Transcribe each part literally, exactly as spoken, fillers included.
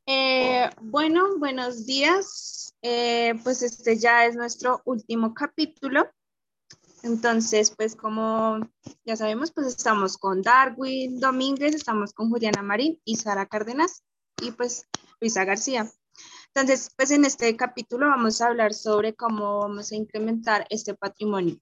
Eh, bueno, buenos días. Eh, pues este ya es nuestro último capítulo. Entonces, pues como ya sabemos, pues estamos con Darwin Domínguez, estamos con Juliana Marín y Sara Cárdenas y pues Luisa García. Entonces, pues en este capítulo vamos a hablar sobre cómo vamos a incrementar este patrimonio.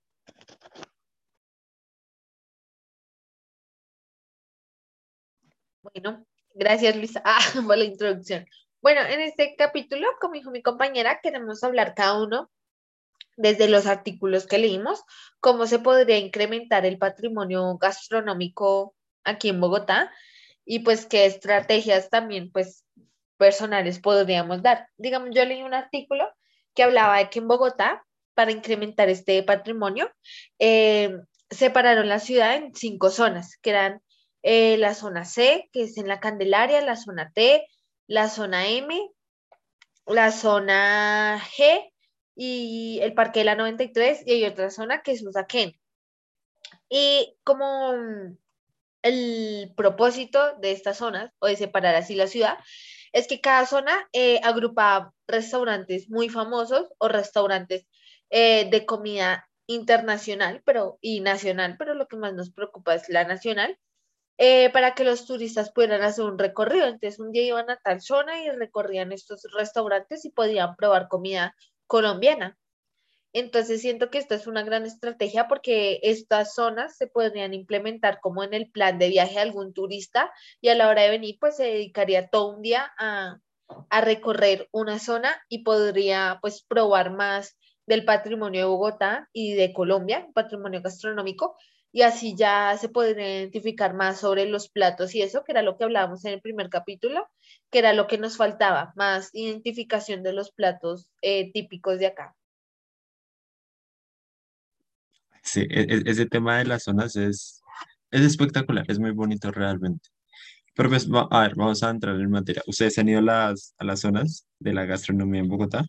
Bueno, gracias Luisa ah, por la introducción. Bueno, en este capítulo, como dijo mi compañera, queremos hablar cada uno desde los artículos que leímos, cómo se podría incrementar el patrimonio gastronómico aquí en Bogotá y pues qué estrategias también pues personales podríamos dar. Digamos, yo leí un artículo que hablaba de que en Bogotá, para incrementar este patrimonio, eh, separaron la ciudad en cinco zonas, que eran eh, la zona C, que es en la Candelaria, la zona T, la zona M, la zona G y el Parque de la noventa y tres, y hay otra zona que es Usaquén. Y como mm, el propósito de estas zonas, o de separar así la ciudad, es que cada zona eh, agrupa restaurantes muy famosos o restaurantes eh, de comida internacional pero, y nacional, pero lo que más nos preocupa es la nacional, eh, para que los turistas pudieran hacer un recorrido. Entonces, un día iban a tal zona y recorrían estos restaurantes y podían probar comida colombiana. Entonces, siento que esta es una gran estrategia porque estas zonas se podrían implementar como en el plan de viaje de algún turista y a la hora de venir, pues se dedicaría todo un día a, a recorrer una zona y podría pues probar más del patrimonio de Bogotá y de Colombia, patrimonio gastronómico, y así ya se podría identificar más sobre los platos y eso, que era lo que hablábamos en el primer capítulo, que era lo que nos faltaba, más identificación de los platos eh, típicos de acá. Sí, e- e- ese tema de las zonas es, es espectacular, es muy bonito realmente. Pero pues, va- a ver, vamos a entrar en materia. ¿Ustedes han ido a las, a las zonas de la gastronomía en Bogotá?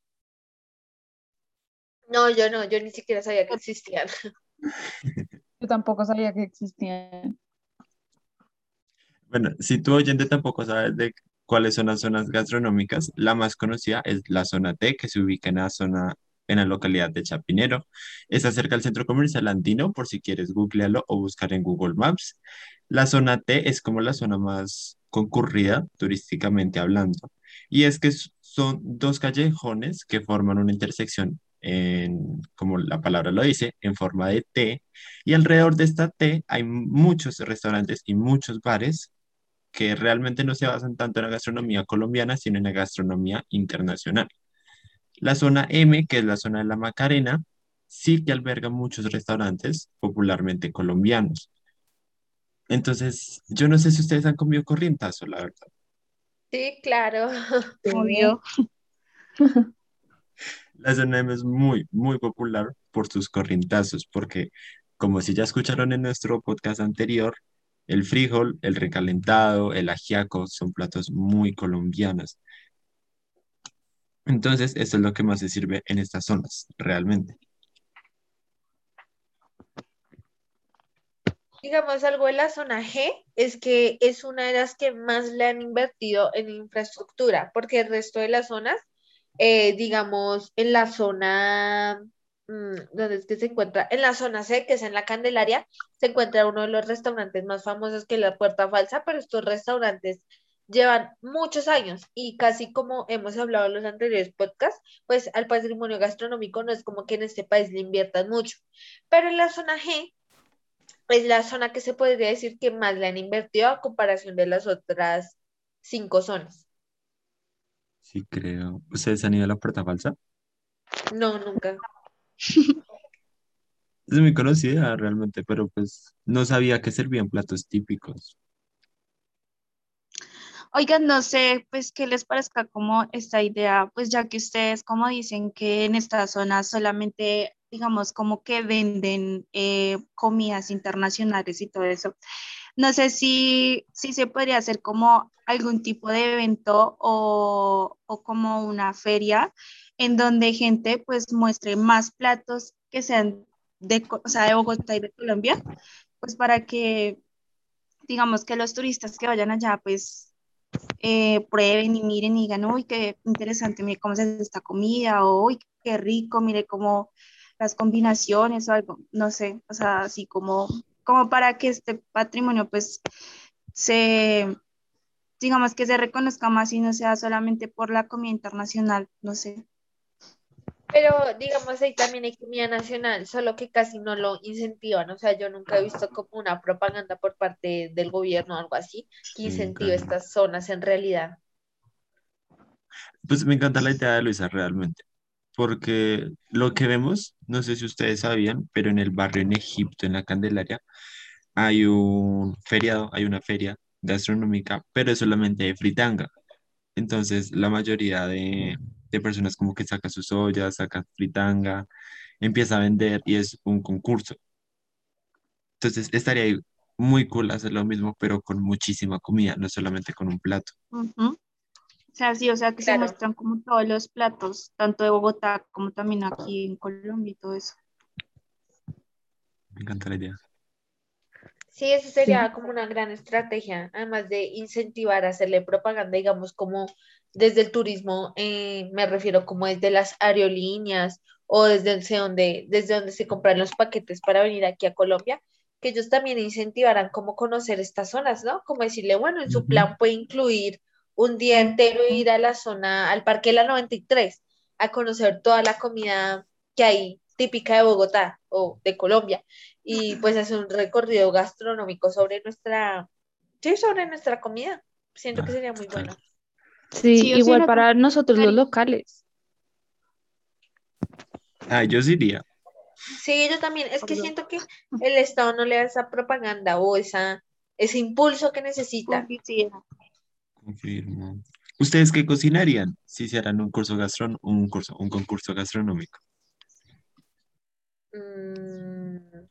No, yo no, yo ni siquiera sabía que existían. Yo tampoco sabía que existían. Bueno, si tu oyente tampoco sabes de cuáles son las zonas gastronómicas, la más conocida es la zona T, que se ubica en la zona, en la localidad de Chapinero. Está cerca del centro comercial andino, por si quieres googlearlo o buscar en Google Maps. La zona T es como la zona más concurrida turísticamente hablando. Y es que s- son dos callejones que forman una intersección en, como la palabra lo dice, en forma de T. Y alrededor de esta T hay muchos restaurantes y muchos bares que realmente no se basan tanto en la gastronomía colombiana, sino en la gastronomía internacional. La zona M, que es la zona de la Macarena, sí que alberga muchos restaurantes popularmente colombianos. Entonces, yo no sé si ustedes han comido corrientazo, la verdad. Sí, claro. Obvio. La zona M es muy, muy popular por sus corrientazos, porque como si ya escucharon en nuestro podcast anterior, el frijol, el recalentado, el ajiaco son platos muy colombianos. Entonces, esto es lo que más se sirve en estas zonas, realmente. Digamos algo de la zona G es que es una de las que más le han invertido en infraestructura, porque el resto de las zonas, eh, digamos, en la zona, mm, ¿dónde es que se encuentra? En la zona C, que es en la Candelaria, se encuentra uno de los restaurantes más famosos que es la Puerta Falsa, pero estos restaurantes llevan muchos años y casi como hemos hablado en los anteriores podcasts, pues al patrimonio gastronómico no es como que en este país le inviertan mucho. Pero en la zona G es la zona que se podría decir que más le han invertido a comparación de las otras cinco zonas. Sí, creo. ¿Ustedes han ido a la Puerta Falsa? No, nunca. Es muy conocida realmente, pero pues no sabía que servían platos típicos. Oigan, no sé, pues, qué les parezca como esta idea, pues ya que ustedes como dicen que en esta zona solamente, digamos, como que venden eh, comidas internacionales y todo eso. No sé si, si se podría hacer como algún tipo de evento o, o como una feria en donde gente pues muestre más platos que sean de, Co- o sea, de Bogotá y de Colombia, pues para que digamos que los turistas que vayan allá pues eh, prueben y miren y digan, uy, qué interesante, mire cómo se hace esta comida, o uy, qué rico, mire cómo las combinaciones o algo, no sé, o sea, así como, como para que este patrimonio pues se, digamos que se reconozca más y no sea solamente por la comida internacional, no sé. Pero digamos ahí también hay comida nacional, solo que casi no lo incentivan. O sea, yo nunca he visto como una propaganda por parte del gobierno o algo así que Sí, incentive casi. estas zonas en realidad. Pues me encanta la idea de Luisa realmente, porque lo que vemos, no sé si ustedes sabían, pero en el barrio en Egipto, en la Candelaria, hay un feriado, hay una feria gastronómica, pero es solamente de fritanga. Entonces, la mayoría de, de personas como que saca sus ollas, saca fritanga, empieza a vender y es un concurso. Entonces, estaría ahí muy cool hacer lo mismo, pero con muchísima comida, no solamente con un plato. Ujú. O sea, sí, o sea, que se Claro. muestran como todos los platos, tanto de Bogotá como también aquí en Colombia y todo eso. Me encanta la idea. Sí, eso Sí. sería como una gran estrategia, además de incentivar a hacerle propaganda, digamos, como desde el turismo, eh, me refiero como desde las aerolíneas o desde el- sé donde, desde donde se compran los paquetes para venir aquí a Colombia, que ellos también incentivaran como conocer estas zonas, ¿no? Como decirle, bueno, en su Ujú. plan puede incluir un día entero ir a la zona, al Parque de la noventa y tres, a conocer toda la comida que hay típica de Bogotá o de Colombia y pues hacer un recorrido gastronómico sobre nuestra, sí, sobre nuestra comida. Siento que Ah, sería muy total. bueno. Sí, Sí o sí, igual no para nosotros los locales. Ah, yo sí iría. Sí, yo también, es que siento que el Estado no le da esa propaganda o esa, ese impulso que necesita. publicidad. Confirmo. ¿Ustedes qué cocinarían si hicieran un curso gastron un curso, un concurso gastronómico? Mm,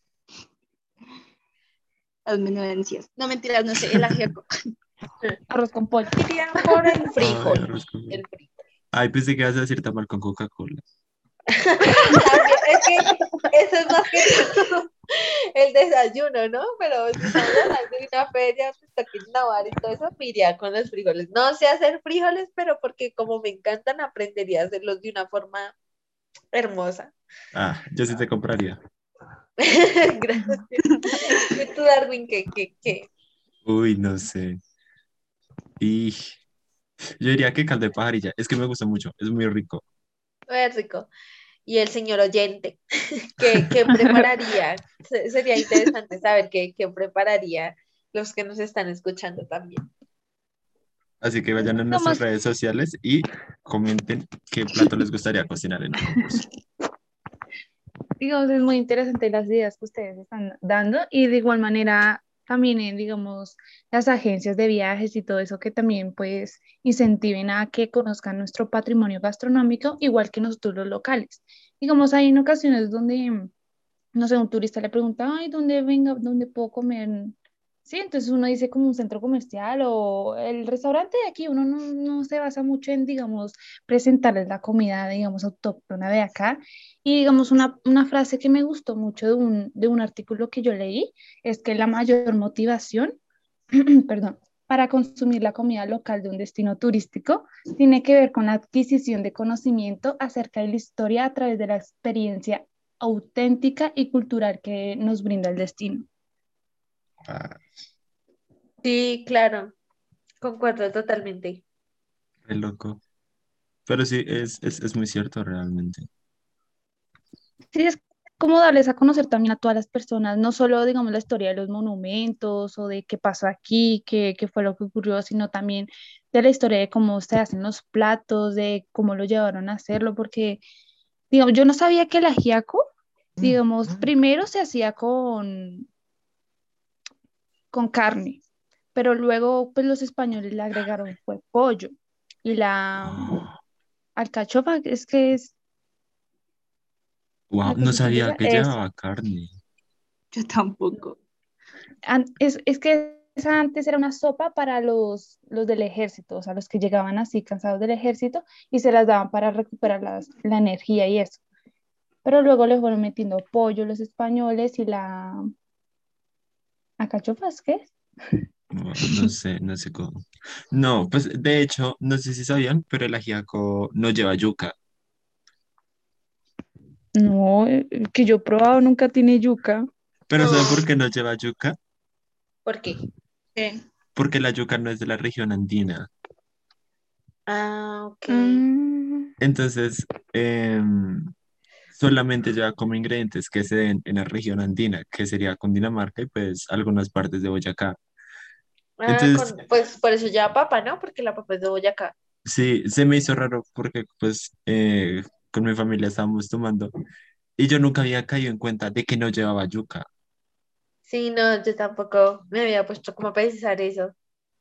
Las menudencias. No mentiras, no sé, el ajiaco. Arroz con pollo. iría por el Ay, frijol, arroz con pollo. el frijol. Ay, pensé que ibas a decir tamal con Coca-Cola. También, es que eso es más que todo el desayuno, ¿no? Pero si estamos hablando de una feria, pues toca innovar y todo eso, me iría con los frijoles. No sé hacer frijoles, pero porque como me encantan, aprendería a hacerlos de una forma hermosa. Ah, yo sí te compraría. Gracias. ¿Y tú, Darwin, qué, qué, qué? Uy, no sé. Y yo diría que caldo de pajarilla. Es que me gusta mucho. Es muy rico. Muy rico. Y el señor oyente, ¿qué, qué prepararía? Se- Sería interesante saber qué, qué prepararía los que nos están escuchando también. Así que vayan a nuestras Digamos, redes sociales y comenten qué plato les gustaría cocinar en un concurso. digamos, es muy interesante las ideas que ustedes están dando y de igual manera también, eh, digamos, las agencias de viajes y todo eso que también pues incentiven a que conozcan nuestro patrimonio gastronómico igual que nosotros los locales. Digamos, hay en ocasiones donde no sé, un turista le pregunta, ay, ¿dónde venga, dónde puedo comer? Sí, entonces uno dice como un centro comercial o el restaurante de aquí, uno no, no se basa mucho en, digamos, presentarles la comida, digamos, autóctona de acá. Y digamos, una, una frase que me gustó mucho de un, de un artículo que yo leí es que la mayor motivación, perdón, para consumir la comida local de un destino turístico tiene que ver con la adquisición de conocimiento acerca de la historia a través de la experiencia auténtica y cultural que nos brinda el destino. Ah, Sí, claro, concuerdo totalmente. qué loco. Pero sí, es, es, es muy cierto realmente. Sí, es como darles a conocer también a todas las personas, no solo, digamos, la historia de los monumentos o de qué pasó aquí, qué, qué fue lo que ocurrió, sino también de la historia de cómo se hacen los platos, de cómo lo llevaron a hacerlo, porque, digamos, yo no sabía que el ajiaco, digamos, primero se hacía con, con carne, pero luego, pues, los españoles le agregaron fue pollo y la alcachofa, es que es Wow, la no cosita sabía negra, que es llevaba carne. Yo tampoco. an- es, es que esa antes era una sopa para los, los del ejército, o sea, los que llegaban así cansados del ejército y se las daban para recuperar las- la energía y eso. Pero luego le fueron metiendo pollo los españoles y la alcachofa, ¿es qué es? No, no sé, no sé cómo. No, pues de hecho, no sé si sabían, pero el ajiaco no lleva yuca. No, eh, que yo he probado nunca tiene yuca. Pero ¿saben por Mm, qué no lleva yuca? ¿por qué? Sí. Porque la yuca no es de la región andina. Ah, ok. Mm, Entonces, em, solamente lleva como ingredientes que se den en la región andina, que sería Cundinamarca y pues algunas partes de Boyacá. Ah, Entonces, con, pues por eso ya papa, ¿no? Porque la papa es de Boyacá. sí, se me hizo raro porque pues eh, con mi familia estábamos tomando y yo nunca había caído en cuenta de que no llevaba yuca. Sí, no, yo tampoco me había puesto como a pensar eso.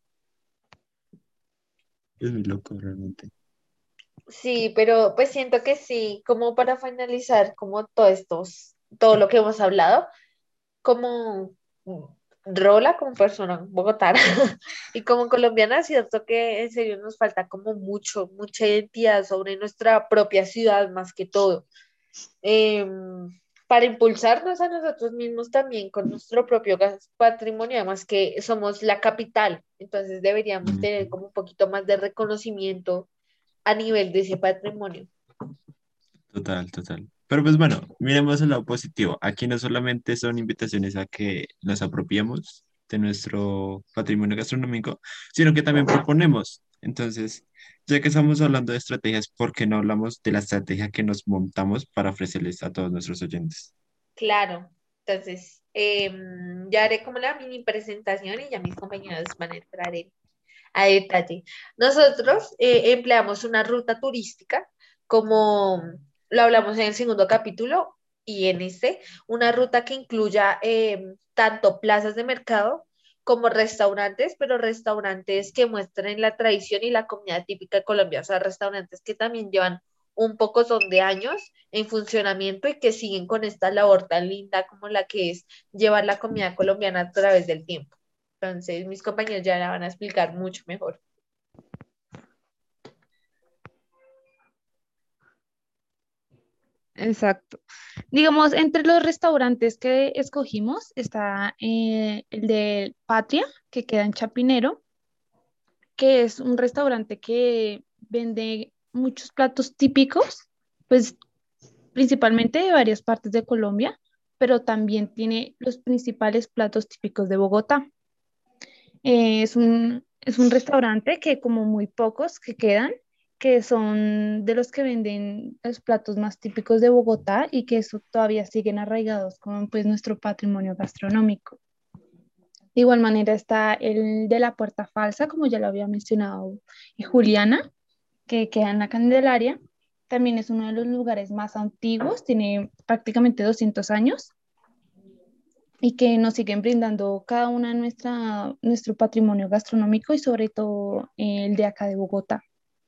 Es muy loco realmente. Sí, pero pues siento que sí, como para finalizar, como todo estos, todo lo que hemos hablado, como mm, Rola como persona bogotana y como colombiana, siento que en serio nos falta como mucho, mucha identidad sobre nuestra propia ciudad más que todo. Em, para impulsarnos a nosotros mismos también con nuestro propio gas- patrimonio, además que somos la capital, entonces deberíamos Ujú. tener como un poquito más de reconocimiento a nivel de ese patrimonio. Total, total. Pero pues bueno, miremos el lado positivo. Aquí no solamente son invitaciones a que nos apropiemos de nuestro patrimonio gastronómico, sino que también proponemos. Entonces, ya que estamos hablando de estrategias, ¿por qué no hablamos de la estrategia que nos montamos para ofrecerles a todos nuestros oyentes? Claro, entonces em, ya haré como la mini presentación y ya mis compañeros van a entrar en, a detalle. Nosotros eh, empleamos una ruta turística, como lo hablamos en el segundo capítulo y en este, una ruta que incluya em, tanto plazas de mercado como restaurantes, pero restaurantes que muestren la tradición y la comida típica de Colombia, o sea, restaurantes que también llevan un poco son de años en funcionamiento y que siguen con esta labor tan linda como la que es llevar la comida colombiana a través del tiempo. Entonces, mis compañeros ya la van a explicar mucho mejor. exacto. Digamos, entre los restaurantes que escogimos está eh, el de Patria, que queda en Chapinero, que es un restaurante que vende muchos platos típicos, pues principalmente de varias partes de Colombia, pero también tiene los principales platos típicos de Bogotá. Eh, es un, es un restaurante que como muy pocos que quedan, que son de los que venden los platos más típicos de Bogotá y que eso todavía siguen arraigados con pues nuestro patrimonio gastronómico. De igual manera está el de la Puerta Falsa, como ya lo había mencionado, y Juliana, que queda en la Candelaria. También es uno de los lugares más antiguos, tiene prácticamente doscientos años y que nos siguen brindando cada una de nuestra, nuestro patrimonio gastronómico y sobre todo el de acá de Bogotá.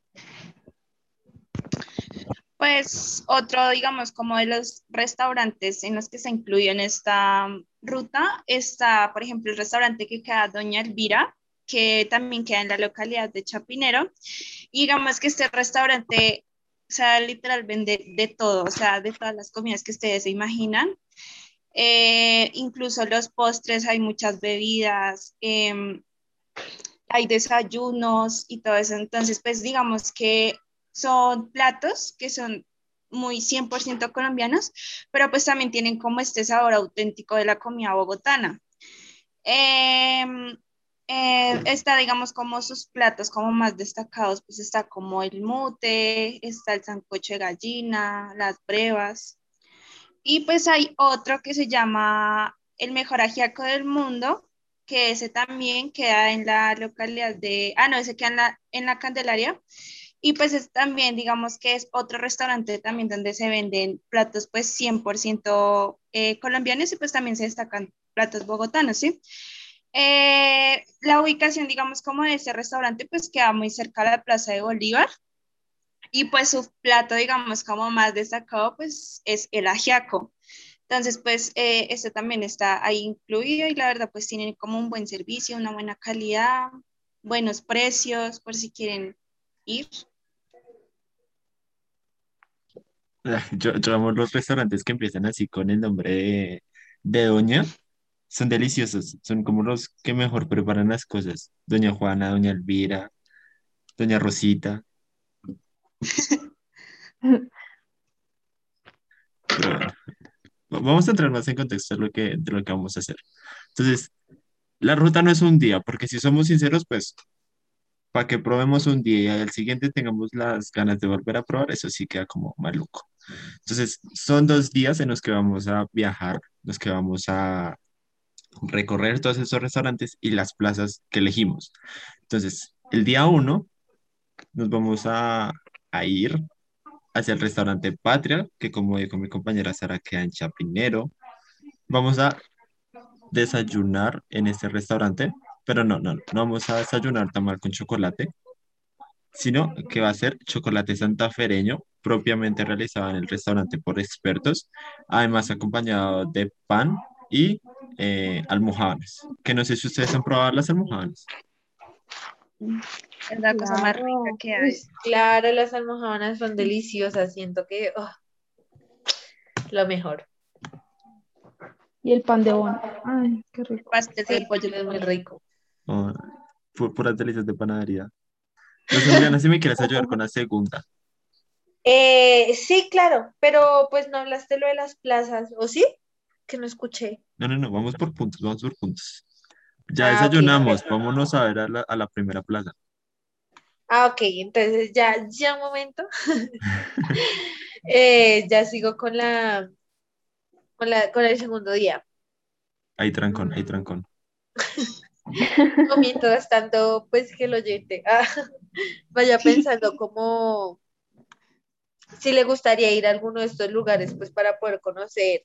Pues otro, digamos, como de los restaurantes en los que se incluyó en esta mm, ruta, está, por ejemplo, el restaurante que queda Doña Elvira, que también queda en la localidad de Chapinero. Y digamos que este restaurante, o sea, literal vende de todo, o sea, de todas las comidas que ustedes se imaginan. Eh, incluso los postres, hay muchas bebidas, em, hay desayunos y todo eso. Entonces, pues digamos que son platos que son muy cien por ciento colombianos, pero pues también tienen como este sabor auténtico de la comida bogotana. Em, eh, está, digamos, como sus platos como más destacados, pues está como el mute, está el sancocho de gallina, las brevas, y pues hay otro que se llama el mejor ajiaco del mundo, que ese también queda en la localidad de, ah, no, ese queda en la, en la Candelaria. Y pues es también, digamos que es otro restaurante también donde se venden platos pues cien por ciento eh, colombianos y pues también se destacan platos bogotanos, ¿sí? Eh, la ubicación, digamos, como de ese restaurante pues queda muy cerca de la Plaza de Bolívar y pues su plato, digamos, como más destacado pues es el ajiaco. Entonces, pues eh, este también está ahí incluido y la verdad, pues tienen como un buen servicio, una buena calidad, buenos precios, por si quieren ir. Ah, Yo, yo amo los restaurantes que empiezan así con el nombre de, de Doña. Son deliciosos, son como los que mejor preparan las cosas. Doña Juana, Doña Elvira, Doña Rosita. Pero bueno, va- vamos a entrar más en contexto de lo que, de lo que vamos a hacer. Entonces, la ruta no es un día, porque si somos sinceros, pues para que probemos un día y al siguiente tengamos las ganas de volver a probar, eso sí queda como maluco. Entonces, son dos días en los que vamos a viajar, los que vamos a recorrer todos esos restaurantes y las plazas que elegimos. Entonces, el día uno nos vamos a, a ir hacia el restaurante Patria, que como dijo mi compañera Sara, queda en Chapinero. Vamos a desayunar en este restaurante, pero no, no, no vamos a desayunar tamal con chocolate, sino que va a ser chocolate santafereño, propiamente realizado en el restaurante por expertos, además acompañado de pan y eh, almojábanas, que no sé si ustedes han probado las almojábanas. Es la cosa más rica Claro. que Uy, hay. claro, las almojábanas son deliciosas, siento que oh, lo mejor. Y el pan de bono. Ay, qué rico. Pastel de Sí, pollo es muy también. rico. Oh, pu- puras delicias de panadería. Entonces, Emiliana, si me quieres ayudar con la segunda. Eh, sí, claro, pero pues no hablaste lo de las plazas, ¿o sí? Que no escuché. No, no, no, vamos por puntos, vamos por puntos. Ya Ah, ok, desayunamos, ok. vámonos a ver a la, a la primera plaza. Ah, ok, entonces ya, ya un momento. Eh, ya sigo con la, con la, con el segundo día. Hay trancón, hay Mm, trancón. no, mientras tanto, pues que el oyente ah, vaya pensando como si le gustaría ir a alguno de estos lugares, pues para poder conocer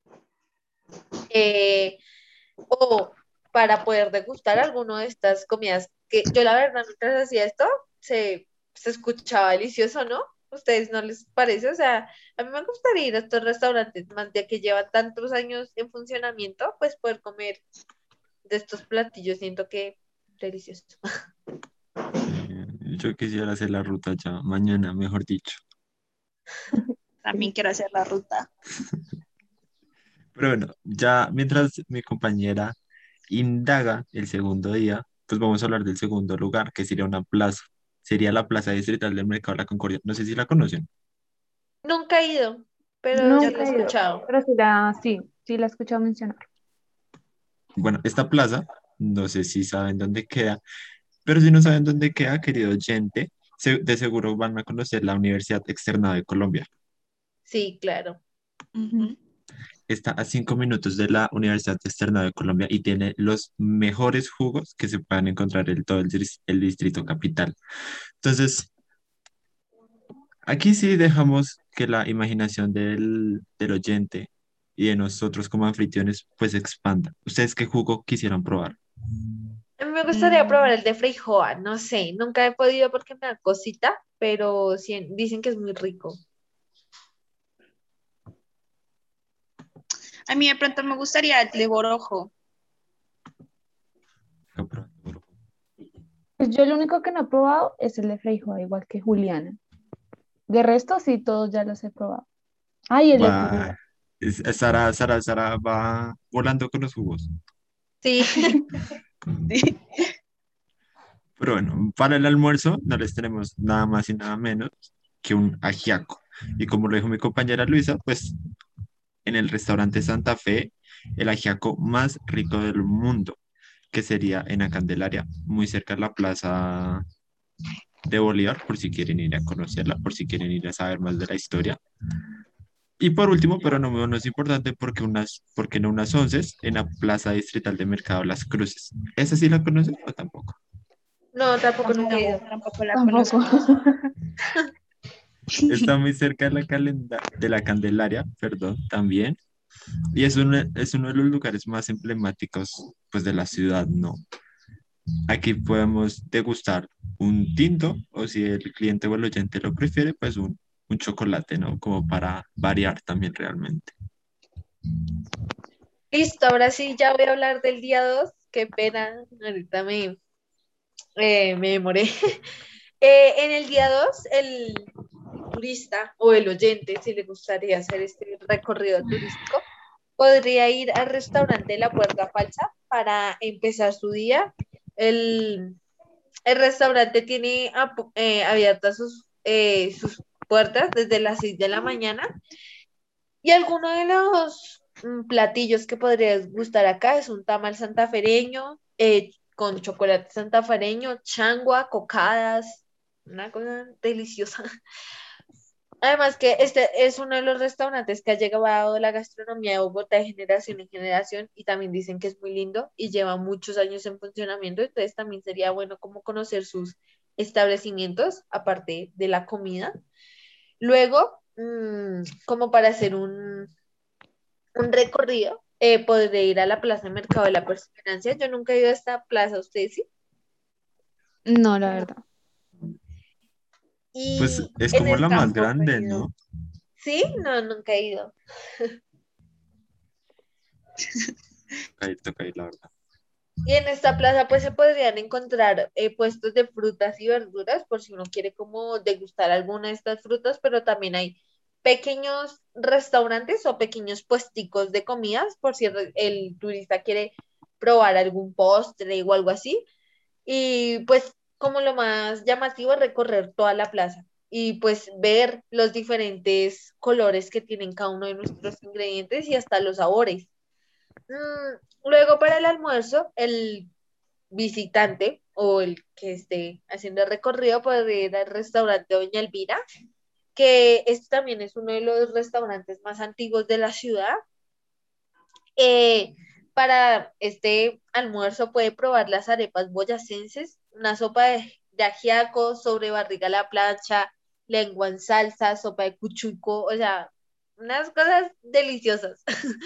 eh, o para poder degustar alguno de estas comidas que yo la verdad mientras hacía esto se, se escuchaba delicioso, ¿no? ¿Ustedes no les parece? O sea, a mí me gustaría ir a estos restaurantes, más de que llevan tantos años en funcionamiento, pues poder comer de estos platillos, siento que delicioso. Eh, yo quisiera hacer la ruta ya, mañana, mejor dicho. También quiero hacer la ruta. Pero bueno, ya mientras mi compañera indaga el segundo día, pues vamos a hablar del segundo lugar, que sería una plaza. Sería la Plaza Distrital del Mercado de la Concordia. No sé si la conocen. Nunca he ido, pero Yo sí lo he Nunca he ido, escuchado. pero sí la, sí, sí la he escuchado mencionar. Bueno, esta plaza, no sé si saben dónde queda, pero si no saben dónde queda, querido oyente, se- de seguro van a conocer la Universidad Externada de Colombia. Sí, claro. Ujú. Está a cinco minutos de la Universidad Externada de Colombia y tiene los mejores jugos que se puedan encontrar en todo el, dis- el distrito capital. Entonces, aquí sí dejamos que la imaginación del, del oyente y de nosotros como anfitriones pues expanda. ¿Ustedes qué jugo quisieran probar? A mí me gustaría probar Mm, el de Freijoa, no sé, nunca he podido porque me da cosita, pero sí, dicen que es muy rico. A mí de pronto me gustaría el de borojo. Pues yo lo único que no he probado es el de Freijoa, igual que Juliana. De resto, sí, todos ya los he probado. Ay, el de Va, Tuluá. es- Sara, Sara, Sara va volando con los jugos. Sí, Sí. Pero bueno, para el almuerzo no les tenemos nada más y nada menos que un ajiaco. Y como lo dijo mi compañera Luisa, pues en el restaurante Santa Fe, el ajiaco más rico del mundo, que sería en la Candelaria, muy cerca de la plaza de Bolívar, por si quieren ir a conocerla, por si quieren ir a saber más de la historia. Y por último, pero no menos importante, porque unas, porque no unas once en la Plaza Distrital de Mercado Las Cruces. ¿Esa sí la conoces o tampoco? no, tampoco nunca he No, ido. tampoco la Tampoco. conozco. Está muy cerca de la, calenda- de la Candelaria, perdón, también. Y es uno, es uno de los lugares más emblemáticos, pues, de la ciudad, ¿no? Aquí podemos degustar un tinto, o si el cliente o el oyente lo prefiere, pues un, un chocolate, ¿no? Como para variar también realmente. Listo, ahora sí, ya voy a hablar del día dos. Qué pena, ahorita me, eh, me demoré. Eh, en el día dos, el, el turista o el oyente, si le gustaría hacer este recorrido turístico, podría ir al restaurante La Puerta Falsa para empezar su día. El, el restaurante tiene ap- eh, abiertas sus, eh, sus puertas desde las seis de la mañana y alguno de los mm, platillos que podrías gustar acá es un tamal santafereño eh, con chocolate santafereño, changua, cocadas, una cosa deliciosa. Además que este es uno de los restaurantes que ha llevado la gastronomía de Bogotá de generación en generación y también dicen que es muy lindo y lleva muchos años en funcionamiento, entonces también sería bueno como conocer sus establecimientos aparte de la comida. Luego, mm, como para hacer un, un recorrido, eh, podré ir a la Plaza de Mercado de la Perseverancia. Yo nunca he ido a esta plaza, ¿ustedes sí? No, la verdad. Pues Y es en como el la más tampoco he grande, ido. ¿no? ¿Sí? No, nunca he ido. Toca ir, toca ir, la verdad. Y en esta plaza pues se podrían encontrar eh, puestos de frutas y verduras por si uno quiere como degustar alguna de estas frutas, pero también hay pequeños restaurantes o pequeños puesticos de comidas por si el, el turista quiere probar algún postre o algo así. Y pues como lo más llamativo es recorrer toda la plaza y pues ver los diferentes colores que tienen cada uno de nuestros ingredientes y hasta los sabores. Mm, luego para el almuerzo, el visitante o el que esté haciendo el recorrido puede ir al restaurante Doña Elvira, que este también es uno de los restaurantes más antiguos de la ciudad. Eh, para este almuerzo puede probar las arepas boyacenses, una sopa de, de ajiaco sobre barriga a la plancha, lengua en salsa, sopa de cuchuco, o sea, unas cosas deliciosas.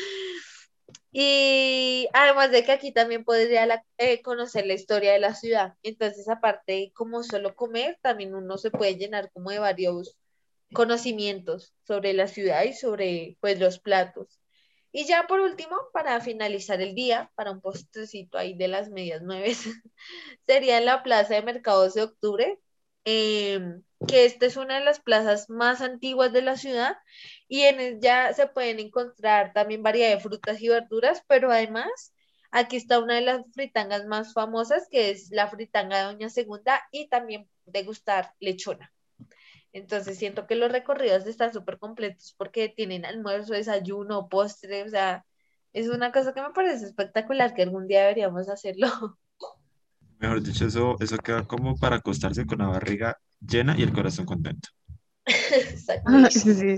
Y además de que aquí también podría la- eh, conocer la historia de la ciudad. Entonces, aparte de como solo comer, también uno se puede llenar como de varios conocimientos sobre la ciudad y sobre pues los platos. Y ya por último, para finalizar el día, para un postrecito ahí de las medias nueve, sería en la Plaza de Mercados de Octubre, em, que esta es una de las plazas más antiguas de la ciudad y en ella se pueden encontrar también variedad de frutas y verduras, pero además aquí está una de las fritangas más famosas, que es la fritanga de Doña Segunda y también degustar lechona. Entonces siento que los recorridos están súper completos porque tienen almuerzo, desayuno, postre, o sea, es una cosa que me parece espectacular que algún día deberíamos hacerlo. Mejor dicho, eso, eso queda como para acostarse con la barriga llena y el corazón contento. Exactamente. Sí, sí.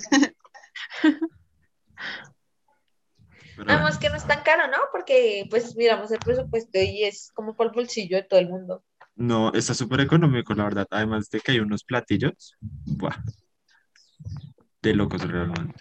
Pero bueno, Además que no es tan caro, ¿no? Porque pues miramos el presupuesto y es como por el bolsillo de todo el mundo. no, está súper económico, la verdad. Además de que hay unos platillos, buah, de locos realmente.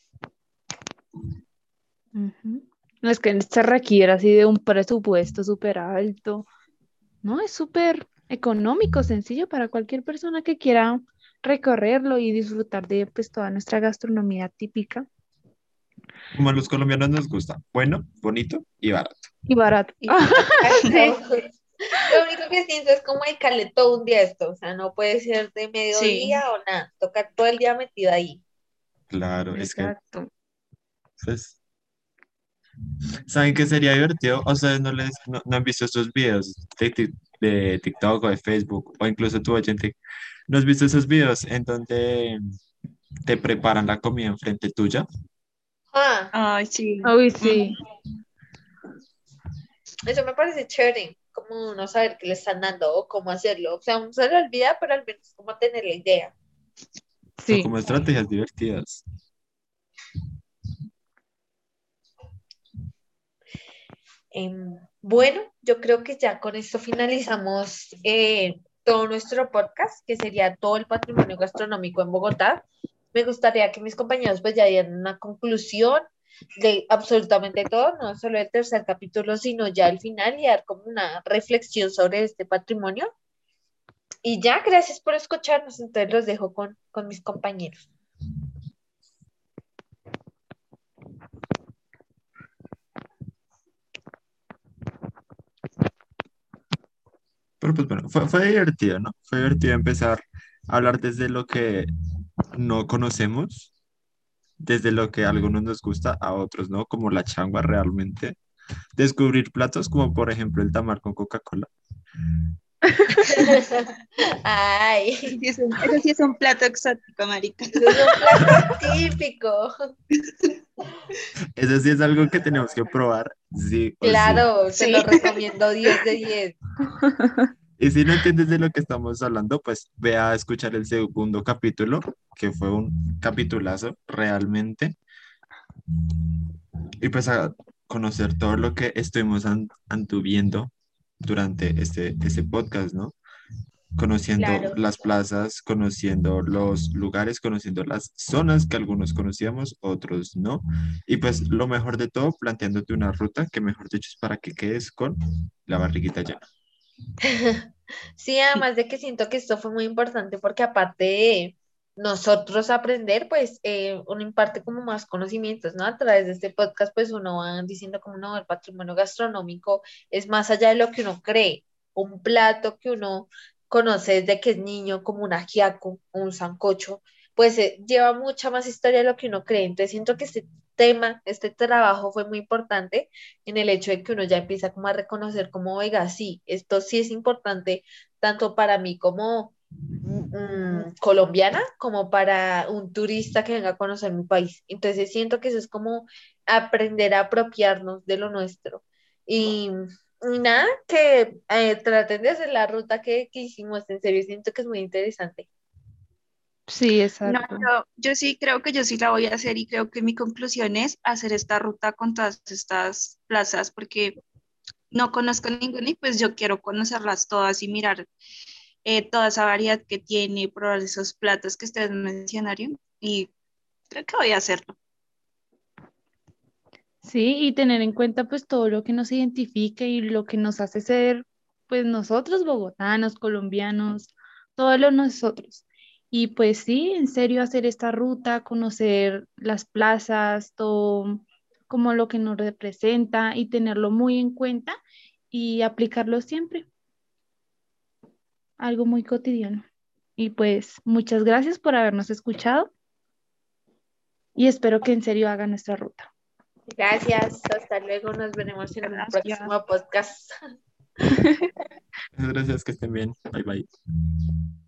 Ujú. No es que esta requiere así de un presupuesto súper alto. No, es súper económico, sencillo para cualquier persona que quiera recorrerlo y disfrutar de pues toda nuestra gastronomía típica Como a los colombianos nos gusta, bueno, bonito y barato. y barato. Y barato. Sí. Lo único que siento es como dedicarle todo un día a esto, o sea, no puede ser de Sí. mediodía o nada, toca todo el día metido ahí. Claro, es que, Exacto. pues, ¿saben qué sería divertido? ¿A ustedes no les, no, no han visto estos videos de, Tik- de TikTok o de Facebook o incluso tu oyente? ¿No has visto esos videos en donde te preparan la comida enfrente tuya? Ah, Ay, sí. Uy, Ujú. sí, eso me parece chévere, como no saber qué le están dando o cómo hacerlo. O sea, uno se lo olvida, pero al menos como tener la idea. Son sí. como estrategias divertidas. Em, bueno, yo creo que ya con esto finalizamos eh, todo nuestro podcast, que sería todo el patrimonio gastronómico en Bogotá. Me gustaría que mis compañeros pues ya dieran una conclusión de absolutamente todo, no solo el tercer capítulo, sino ya el final y dar como una reflexión sobre este patrimonio. Y ya, gracias por escucharnos. Entonces los dejo con, con mis compañeros. Pero pues bueno, fue, fue divertido, ¿no? Fue divertido empezar a hablar desde lo que no conocemos, desde lo que a algunos nos gusta a otros, ¿no? Como la changua realmente. Descubrir platos como por ejemplo el tamal con Coca-Cola. Ay, Sí es un- Eso sí es un plato exótico, marica. eso es un plato típico. Eso sí es algo que tenemos que probar, sí o sí. Claro, se lo Sí. recomiendo diez de diez. Y si no entiendes de lo que estamos hablando, pues ve a escuchar el segundo capítulo, que fue un capitulazo realmente, y pues a conocer todo lo que estuvimos an- antuviendo durante este, este podcast, ¿no? Conociendo Claro. las plazas, conociendo los lugares, conociendo las zonas que algunos conocíamos, otros no. Y pues lo mejor de todo, planteándote una ruta que mejor dicho es para que quedes con la barriguita llena. Sí, además de que siento que esto fue muy importante porque aparte de nosotros aprender, pues eh, uno imparte como más conocimientos, ¿no? A través de este podcast, pues uno va diciendo como no, el patrimonio gastronómico es más allá de lo que uno cree. Un plato que uno conoce desde que es niño, como un ajiaco o un sancocho, pues eh, lleva mucha más historia de lo que uno cree. Entonces siento que este tema, este trabajo fue muy importante en el hecho de que uno ya empieza como a reconocer como, oiga, sí, esto sí es importante tanto para mí como mm, colombiana, como para un turista que venga a conocer mi país. Entonces siento que eso es como aprender a apropiarnos de lo nuestro. Y, y nada, que eh, traten de hacer la ruta que, que hicimos, en serio, siento que es muy interesante. Sí, No, exacto. yo, yo sí creo que yo sí la voy a hacer y creo que mi conclusión es hacer esta ruta con todas estas plazas porque no conozco ninguna y pues yo quiero conocerlas todas y mirar eh, toda esa variedad que tiene, probar esos platos que ustedes mencionaron y creo que voy a hacerlo. Sí, y tener en cuenta pues todo lo que nos identifica y lo que nos hace ser pues nosotros bogotanos, colombianos, todo lo nosotros. Y pues sí, en serio hacer esta ruta, conocer las plazas, todo como lo que nos representa y tenerlo muy en cuenta y aplicarlo siempre, algo muy cotidiano. Y pues muchas gracias por habernos escuchado y espero que en serio hagan nuestra ruta. Gracias, hasta luego, nos veremos en un Gracias. próximo podcast. Muchas gracias, que estén bien. Bye bye.